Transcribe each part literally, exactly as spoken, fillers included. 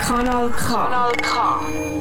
Kanal K. Kanal K.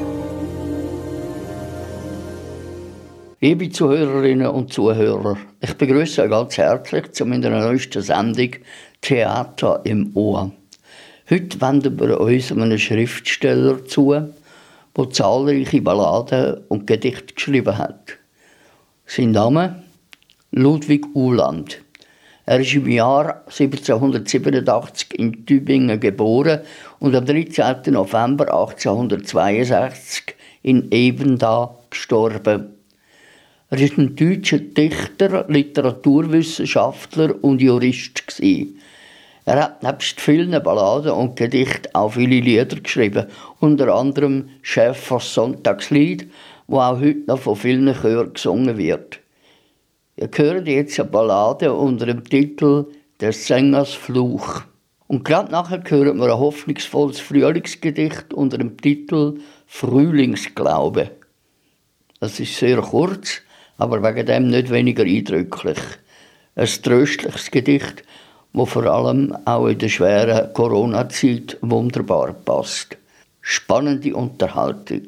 Liebe Zuhörerinnen und Zuhörer, ich begrüße euch ganz herzlich zu meiner neuesten Sendung Theater im Ohr. Heute wenden wir uns einem Schriftsteller zu, der zahlreiche Balladen und Gedichte geschrieben hat. Sein Name? Ludwig Uhland. Er ist im Jahr siebzehnhundertsiebenundachtzig in Tübingen geboren und am dreizehnten November achtzehnhundertzweiundsechzig in Ebenda gestorben. Er war ein deutscher Dichter, Literaturwissenschaftler und Jurist. Er hat nebst vielen Balladen und Gedichten auch viele Lieder geschrieben, unter anderem Schäfers Sonntagslied, wo auch heute noch von vielen Chören gesungen wird. Ihr hört jetzt eine Ballade unter dem Titel «Des Sängers Fluch». Und gerade nachher hören wir ein hoffnungsvolles Frühlingsgedicht unter dem Titel «Frühlingsglaube». Das ist sehr kurz, aber wegen dem nicht weniger eindrücklich. Ein tröstliches Gedicht, das vor allem auch in der schweren Corona-Zeit wunderbar passt. Spannende Unterhaltung.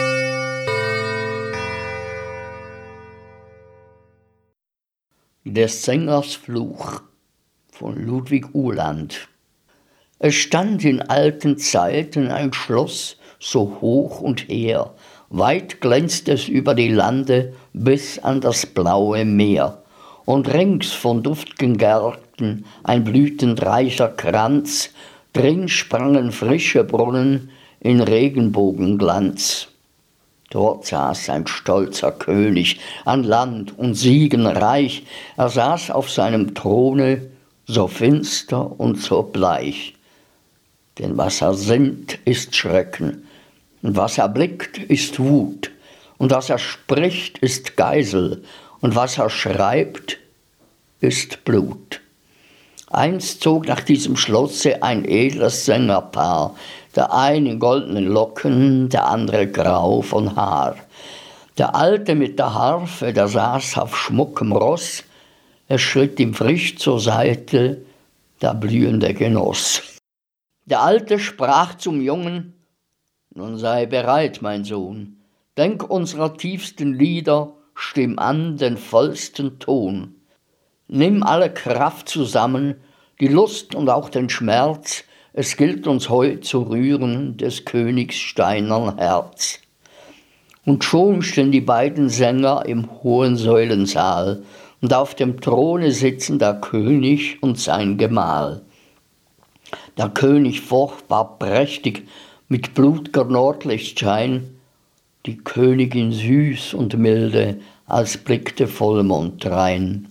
Des Sängers Fluch von Ludwig Uhland. Es stand in alten Zeiten ein Schloss so hoch und hehr, weit glänzt es über die Lande bis an das blaue Meer, und rings von duft'gen Gärten ein blütend reicher Kranz, drin sprangen frische Brunnen in Regenbogenglanz. Dort saß ein stolzer König, an Land und Siegen reich. Er saß auf seinem Throne, so finster und so bleich. Denn was er sinnt, ist Schrecken, und was er blickt, ist Wut, und was er spricht, ist Geisel, und was er schreibt, ist Blut. Einst zog nach diesem Schlosse ein edles Sängerpaar, der eine in goldenen Locken, der andere grau von Haar. Der Alte mit der Harfe, der saß auf schmuckem Ross, er schritt ihm frisch zur Seite, der blühende Genoss. Der Alte sprach zum Jungen: Nun sei bereit, mein Sohn, denk unserer tiefsten Lieder, stimm an den vollsten Ton. Nimm alle Kraft zusammen, die Lust und auch den Schmerz, es gilt uns heut zu rühren des Königs steinern Herz. Und schon stehen die beiden Sänger im hohen Säulensaal, und auf dem Throne sitzen der König und sein Gemahl. Der König furchtbar prächtig, mit blut'ger Nordlichtschein, die Königin süß und milde, als blickte Vollmond rein.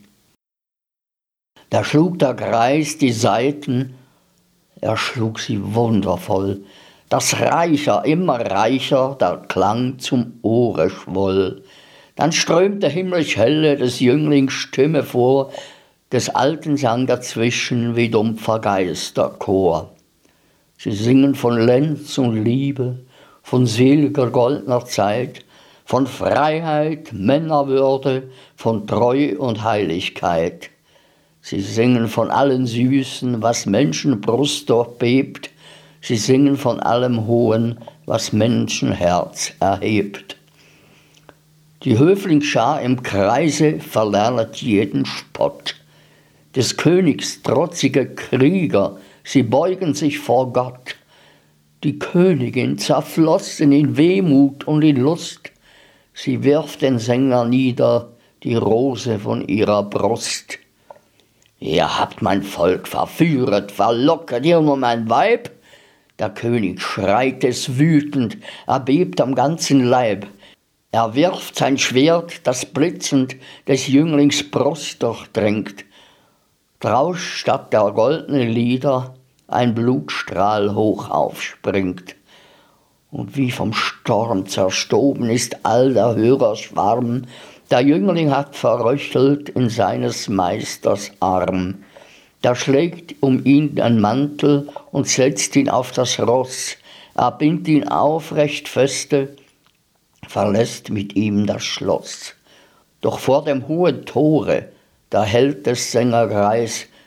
Da schlug der Greis die Saiten, er schlug sie wundervoll, dass reicher, immer reicher der Klang zum Ohre schwoll. Dann strömte himmlisch helle des Jünglings Stimme vor, des Alten sang dazwischen wie dumpfer Geisterchor. Sie singen von Lenz und Liebe, von seliger goldner Zeit, von Freiheit, Männerwürde, von Treu und Heiligkeit. Sie singen von allen Süßen, was Menschenbrust durchbebt. Sie singen von allem Hohen, was Menschenherz erhebt. Die Höflingsschar im Kreise verlernet jeden Spott. Des Königs trotzige Krieger, sie beugen sich vor Gott. Die Königin zerflossen in Wehmut und in Lust. Sie wirft den Sänger nieder, die Rose von ihrer Brust. Ihr habt mein Volk verführet, verlockert ihr nur mein Weib? Der König schreit es wütend, er bebt am ganzen Leib. Er wirft sein Schwert, das blitzend des Jünglings Brust durchdringt. Draus statt der goldenen Lieder ein Blutstrahl hoch aufspringt. Und wie vom Sturm zerstoben ist all der Hörer Schwarm, der Jüngling hat verröchelt in seines Meisters Arm. Da schlägt um ihn den Mantel und setzt ihn auf das Ross. Er bindt ihn aufrecht feste, verlässt mit ihm das Schloss. Doch vor dem hohen Tore, da hält des Sängergreis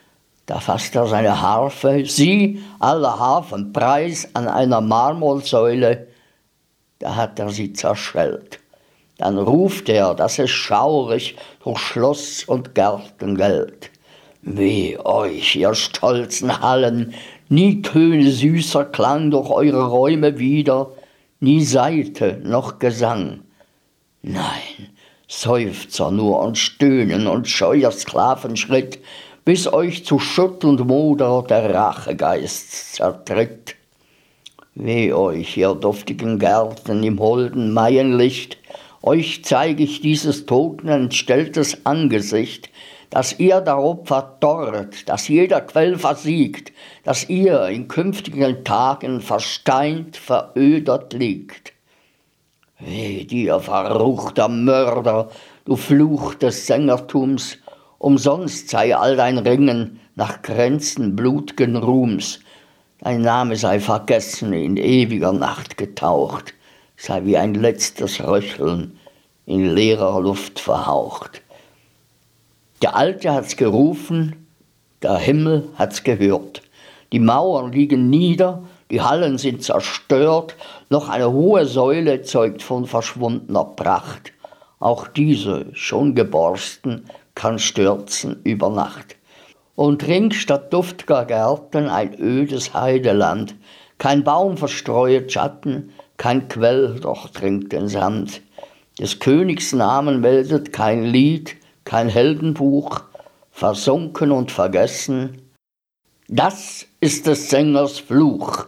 Da fasst er seine Harfe, sie, aller Harfenpreis, an einer Marmorsäule, da hat er sie zerschellt. Dann ruft er, dass es schaurig durch Schloss und Gärten gellt. Weh euch, ihr stolzen Hallen, nie Töne süßer Klang durch eure Räume wieder, nie Saite noch Gesang. Nein, Seufzer nur und Stöhnen und scheuer Sklavenschritt, bis euch zu Schutt und Moder der Rachegeist zertritt. Weh euch, ihr duftigen Gärten im holden Maienlicht, euch zeig ich dieses toten entstelltes Angesicht, dass ihr darob verdorret, dass jeder Quell versiegt, dass ihr in künftigen Tagen versteint, verödert liegt. Weh dir, verruchter Mörder, du Fluch des Sängertums, umsonst sei all dein Ringen nach Grenzen blut'gen Ruhms, dein Name sei vergessen, in ewiger Nacht getaucht, sei wie ein letztes Röcheln in leerer Luft verhaucht. Der Alte hat's gerufen, der Himmel hat's gehört. Die Mauern liegen nieder, die Hallen sind zerstört, noch eine hohe Säule zeugt von verschwundener Pracht. Auch diese, schon geborsten, kann stürzen über Nacht. Und rings statt duft'ger Gärten ein ödes Heideland, kein Baum verstreuet Schatten, kein Quell durchdringt den Sand. Des Königs Namen meldet kein Lied, kein Heldenbuch, versunken und vergessen. Das ist des Sängers Fluch.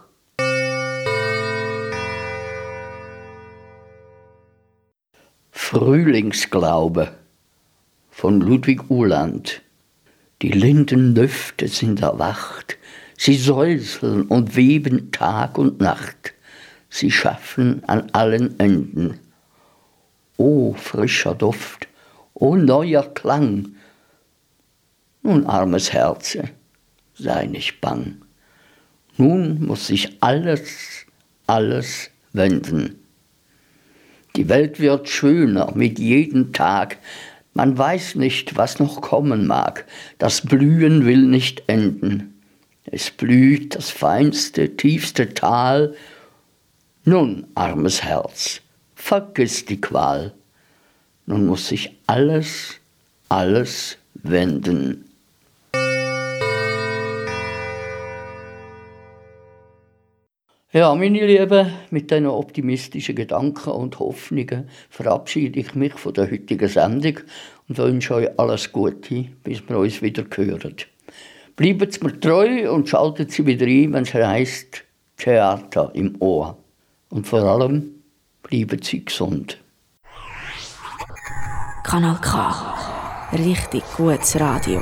Frühlingsglaube von Ludwig Uhland. Die Lindendüfte sind erwacht, sie säuseln und weben Tag und Nacht, sie schaffen an allen Enden. O frischer Duft, o neuer Klang, nun armes Herze, sei nicht bang. Nun muss sich alles, alles wenden. Die Welt wird schöner mit jedem Tag, man weiß nicht, was noch kommen mag, das Blühen will nicht enden. Es blüht das feinste, tiefste Tal, nun, armes Herz, vergiss die Qual. Nun muss sich alles, alles wenden. Ja, meine Lieben, mit diesen optimistischen Gedanken und Hoffnungen verabschiede ich mich von der heutigen Sendung und wünsche euch alles Gute, bis wir uns wieder hören. Bleibt mir treu und schaltet sie wieder ein, wenn es heisst Theater im Ohr. Und vor allem, bleiben Sie gesund. Kanal K. Richtig gutes Radio.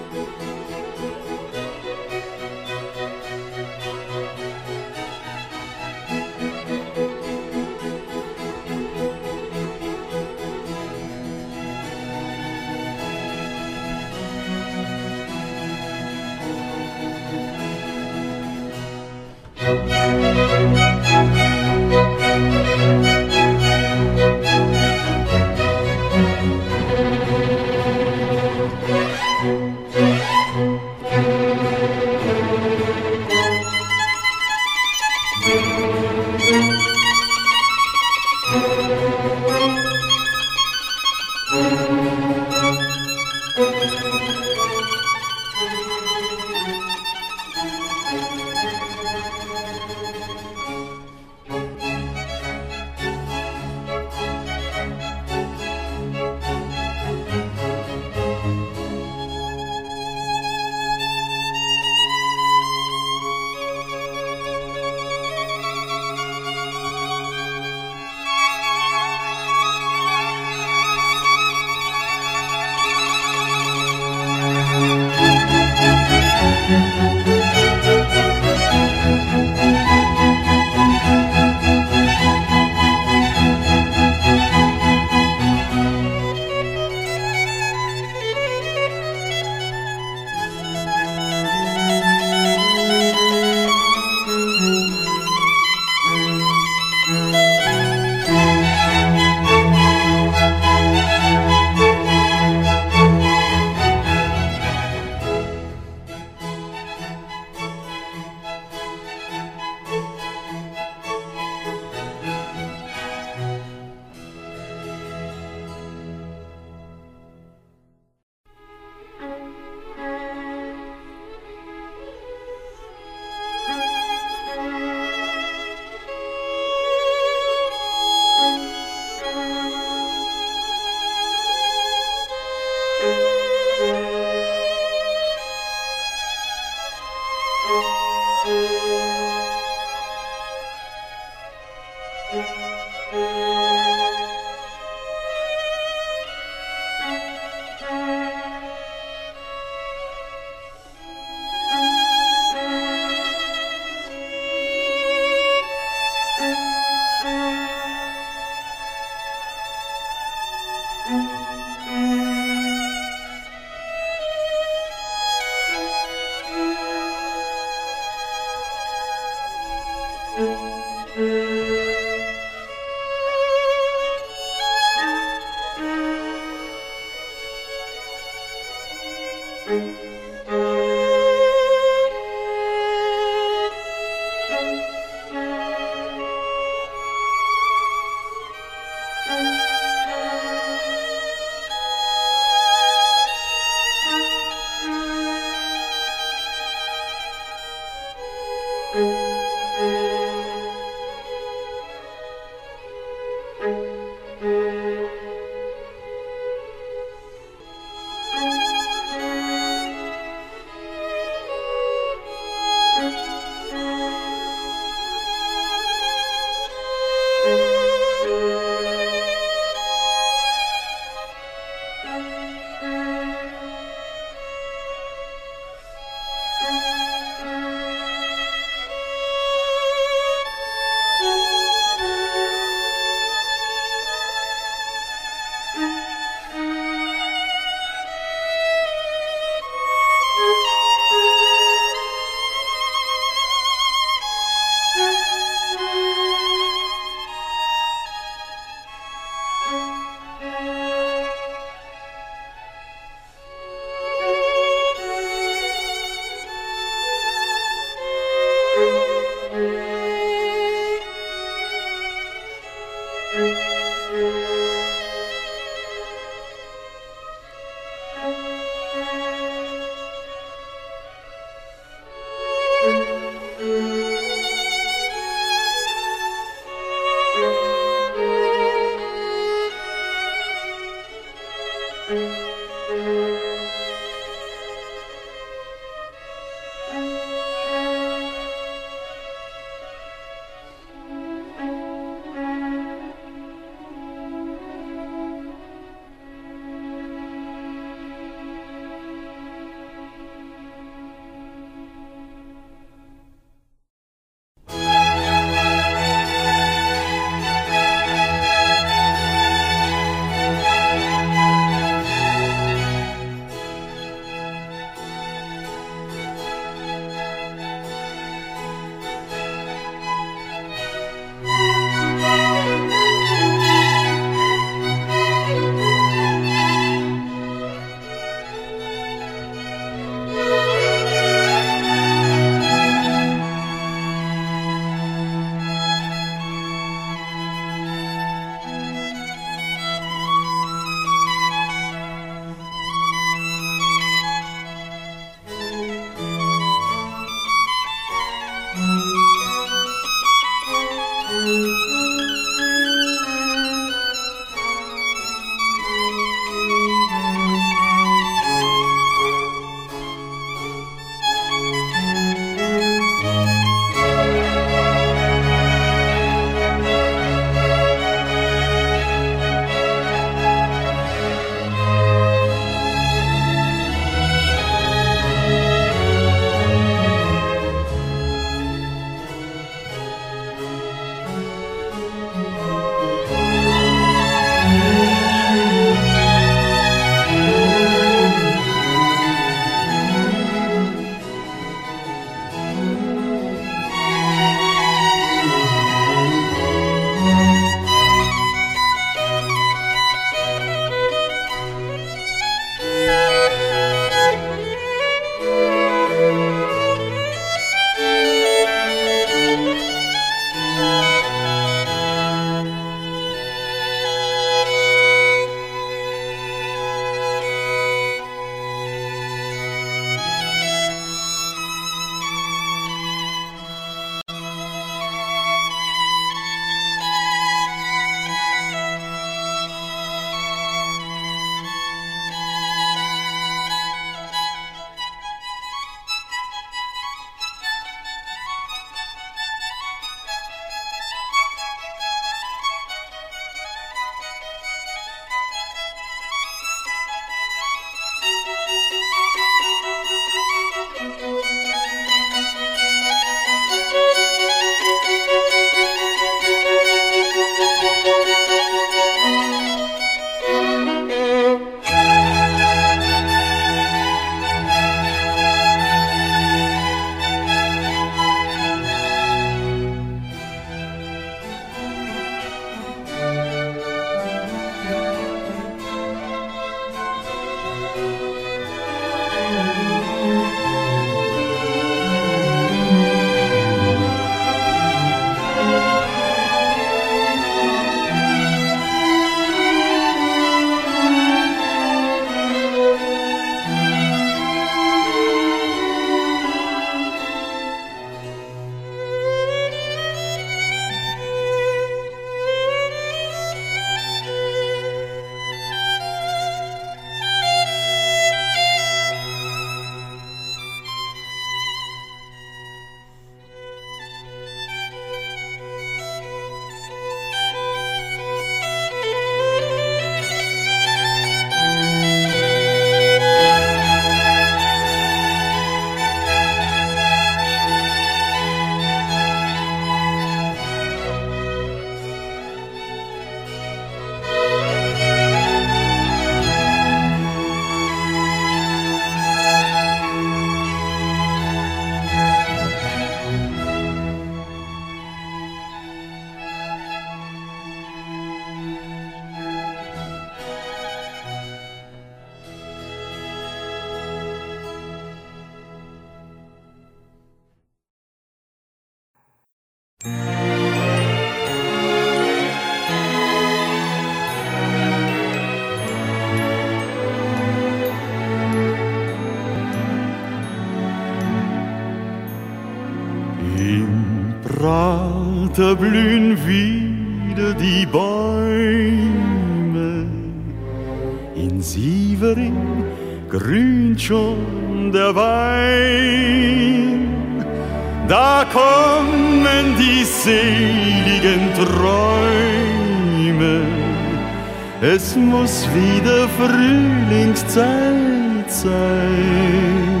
Prater blühen wieder die Bäume, in Sievering grünt schon der Wein. Da kommen die seligen Träume, es muss wieder Frühlingszeit sein.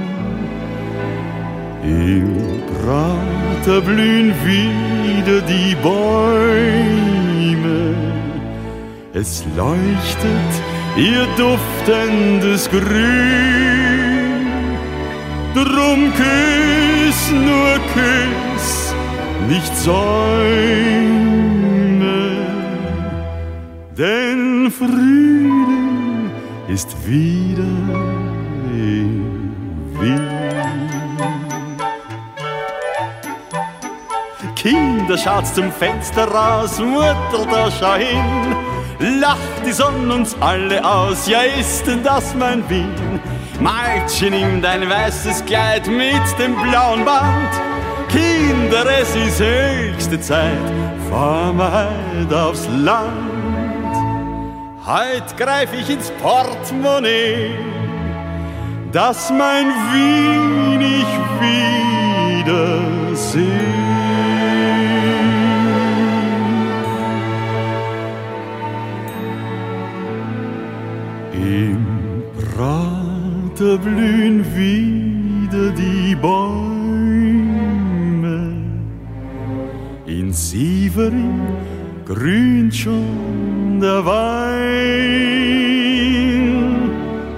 Im Prater blühen wieder die Bäume, es leuchtet ihr duftendes Grün. Drum küss, nur küss, nicht säume, denn Frühling ist wieder in Wien. Kinder, schaut's zum Fenster raus, Mutter, da schau hin. Lacht die Sonne uns alle aus, ja ist denn das mein Wien? Mädchen, nimm dein weißes Kleid mit dem blauen Band. Kinder, es ist höchste Zeit, fahren wir heut aufs Land. Heut greif ich ins Portemonnaie, dass mein Wien ich wieder seh. Im Prater blühen wieder die Bäume, in Sievering grünt schon der Wein.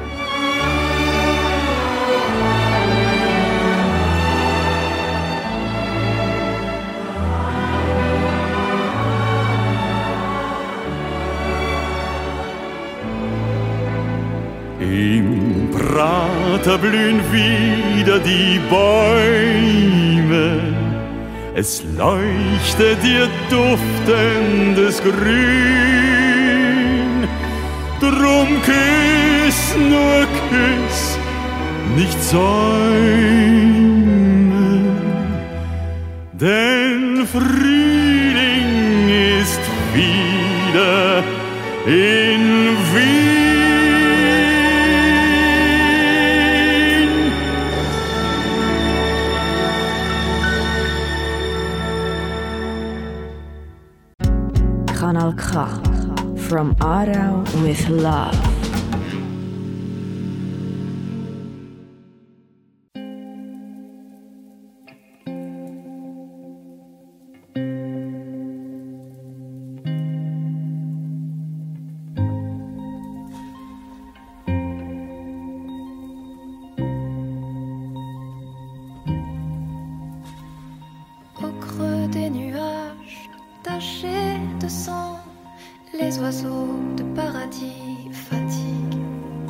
Im Prater blühen wieder die Bäume, es leuchtet ihr duftendes Grün. Drum küss, nur küss, nicht säume, denn Frühling ist wieder in Wien. Kanal K. From Aarau with love. Au creux des nuages tachés de sang, les oiseaux de paradis fatiguent.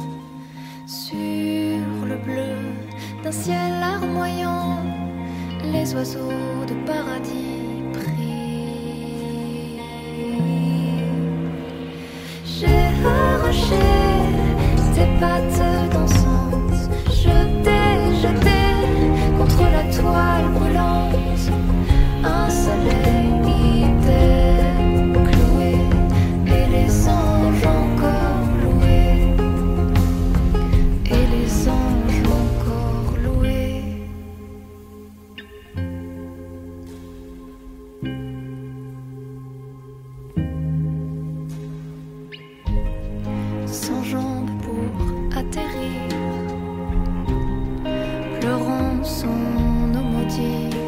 Sur le bleu d'un ciel larmoyant, les oiseaux de paradis prient. J'ai arraché tes pattes dansantes, je t'ai jeté contre la toile brûlante. Un soleil qui t'est cloué et les anges encore loués, et les anges encore loués. Sans jambes pour atterrir, pleurant son eau maudite.